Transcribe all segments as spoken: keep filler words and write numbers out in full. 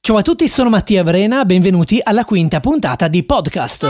Ciao a tutti, sono Mattia Brena, benvenuti alla quinta puntata di podcast.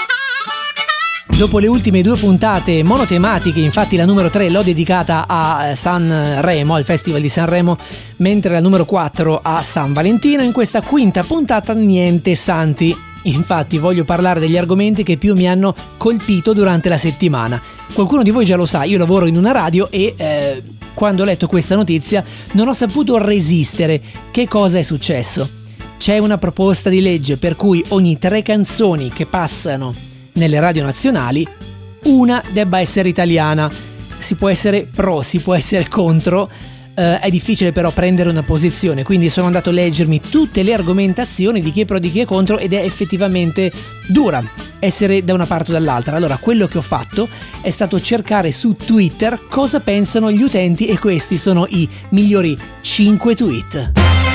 Dopo le ultime due puntate monotematiche, infatti la numero tre l'ho dedicata a Sanremo, al Festival di Sanremo, mentre la numero quattro a San Valentino, in questa quinta puntata niente santi. Infatti voglio parlare degli argomenti che più mi hanno colpito durante la settimana. Qualcuno di voi già lo sa, io lavoro in una radio e eh, quando ho letto questa notizia non ho saputo resistere. Che cosa è successo? C'è una proposta di legge per cui ogni tre canzoni che passano nelle radio nazionali, una debba essere italiana. Si può essere pro, si può essere contro, eh, è difficile però prendere una posizione, quindi sono andato a leggermi tutte le argomentazioni di chi è pro, di chi è contro, ed è effettivamente dura essere da una parte o dall'altra. Allora quello che ho fatto è stato cercare su Twitter cosa pensano gli utenti e questi sono i migliori cinque tweet.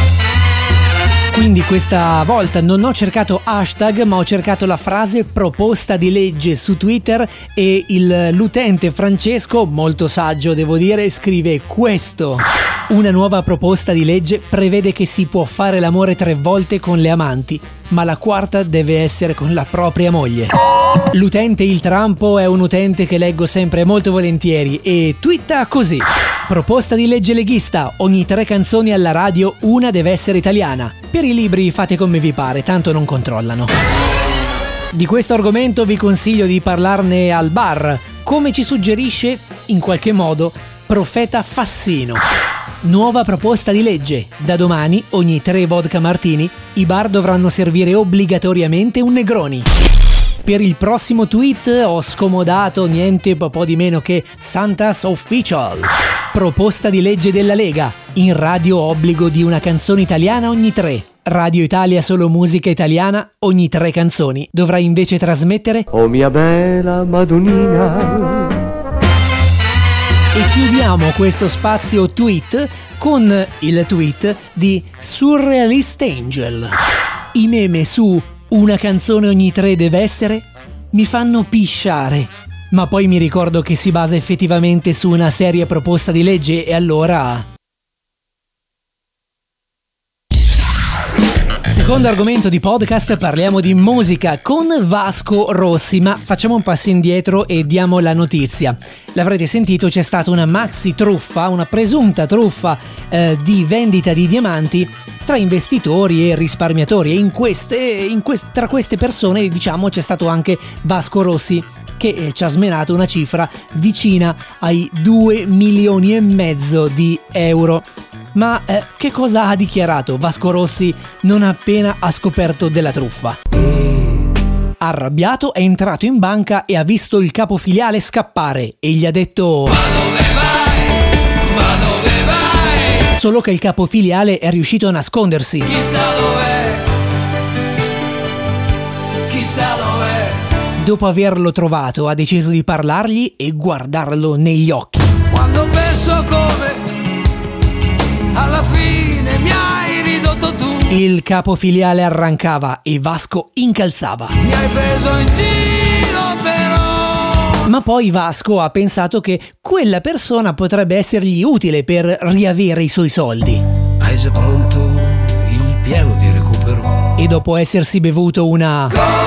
Quindi questa volta non ho cercato hashtag, ma ho cercato la frase proposta di legge su Twitter e il, l'utente Francesco, molto saggio devo dire, scrive questo: una nuova proposta di legge prevede che si può fare l'amore tre volte con le amanti, ma la quarta deve essere con la propria moglie. L'utente Il Trampo è un utente che leggo sempre molto volentieri e twitta così: proposta di legge leghista, ogni tre canzoni alla radio una deve essere italiana. Per i libri fate come vi pare, tanto non controllano. Di questo argomento vi consiglio di parlarne al bar, come ci suggerisce in qualche modo Profeta Fassino. Nuova proposta di legge: da domani ogni tre vodka martini i bar dovranno servire obbligatoriamente un Negroni. Per il prossimo tweet ho scomodato niente po' di meno che Santas Official. Proposta di legge della Lega: in radio obbligo di una canzone italiana ogni tre. Radio Italia solo musica italiana, ogni tre canzoni dovrà invece trasmettere Oh mia bella Madonnina. E chiudiamo questo spazio tweet con il tweet di Surrealist Angel. I meme su una canzone ogni tre deve essere mi fanno pisciare, ma poi mi ricordo che si basa effettivamente su una seria proposta di legge e allora... Secondo argomento di podcast, parliamo di musica con Vasco Rossi, ma facciamo un passo indietro e diamo la notizia. L'avrete sentito, c'è stata una maxi truffa, una presunta truffa eh, di vendita di diamanti tra investitori e risparmiatori, e in queste, in quest- tra queste persone, diciamo, c'è stato anche Vasco Rossi, che eh, ci ha smenato una cifra vicina ai due milioni e mezzo di euro. Ma eh, che cosa ha dichiarato Vasco Rossi non appena ha scoperto della truffa? Arrabbiato è entrato in banca e ha visto il capofiliale scappare e gli ha detto: ma dove vai? Ma dove vai? Solo che il capofiliale è riuscito a nascondersi. Chissà dov'è? Chissà dov'è? Dopo averlo trovato ha deciso di parlargli e guardarlo negli occhi. Quando penso come alla fine mi hai ridotto tu. Il capofiliale arrancava e Vasco incalzava. Mi hai preso in giro però. Ma poi Vasco ha pensato che quella persona potrebbe essergli utile per riavere i suoi soldi. Hai già pronto il piano di recupero? E dopo essersi bevuto una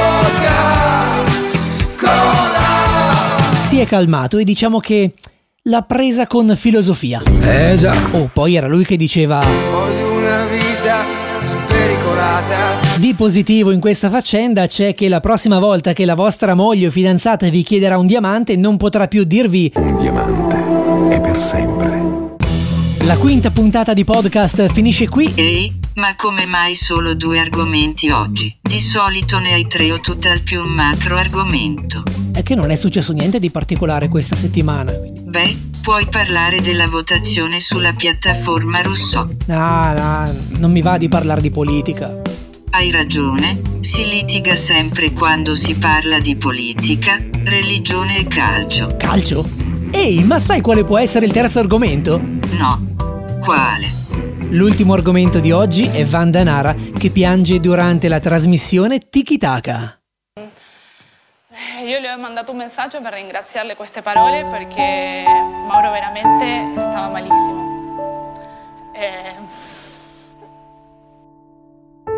Coca-Cola si è calmato e diciamo che l'ha presa con filosofia. Eh già. Oh, poi era lui che diceva: voglio una vita spericolata. Di positivo in questa faccenda c'è che la prossima volta che la vostra moglie o fidanzata vi chiederà un diamante non potrà più dirvi un diamante è per sempre. La quinta puntata di podcast finisce qui. Ehi, ma come mai solo due argomenti oggi? Di solito ne hai tre o tutt'al più un macro argomento. È che non è successo niente di particolare questa settimana. Quindi. Beh, puoi parlare della votazione sulla piattaforma Rousseau. No, no, non mi va di parlare di politica. Hai ragione, si litiga sempre quando si parla di politica, religione e calcio. Calcio? Ehi, ma sai quale può essere il terzo argomento? No. Quale? L'ultimo argomento di oggi è Vanda Nara che piange durante la trasmissione Tiki Taka. Io le ho mandato un messaggio per ringraziarle queste parole perché Mauro veramente stava malissimo. Eh...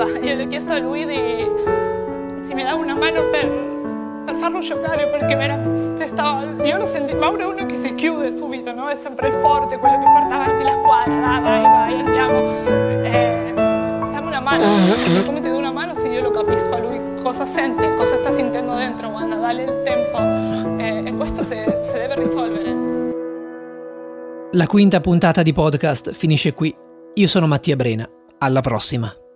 io le ho chiesto a lui di se mi dava una mano per, per farlo giocare, perché veramente stava, io lo sentivo. Mauro è uno che si chiude subito, no? È sempre il forte, quello che porta avanti la squadra, dai, vai, vai, andiamo. Eh, dammi una mano, come ti do una mano se io lo capisco a lui cosa sente, cosa sta sentendo dentro, quando dale il tempo, eh, e questo si deve risolvere. La quinta puntata di podcast finisce qui. Io sono Mattia Brena, alla prossima.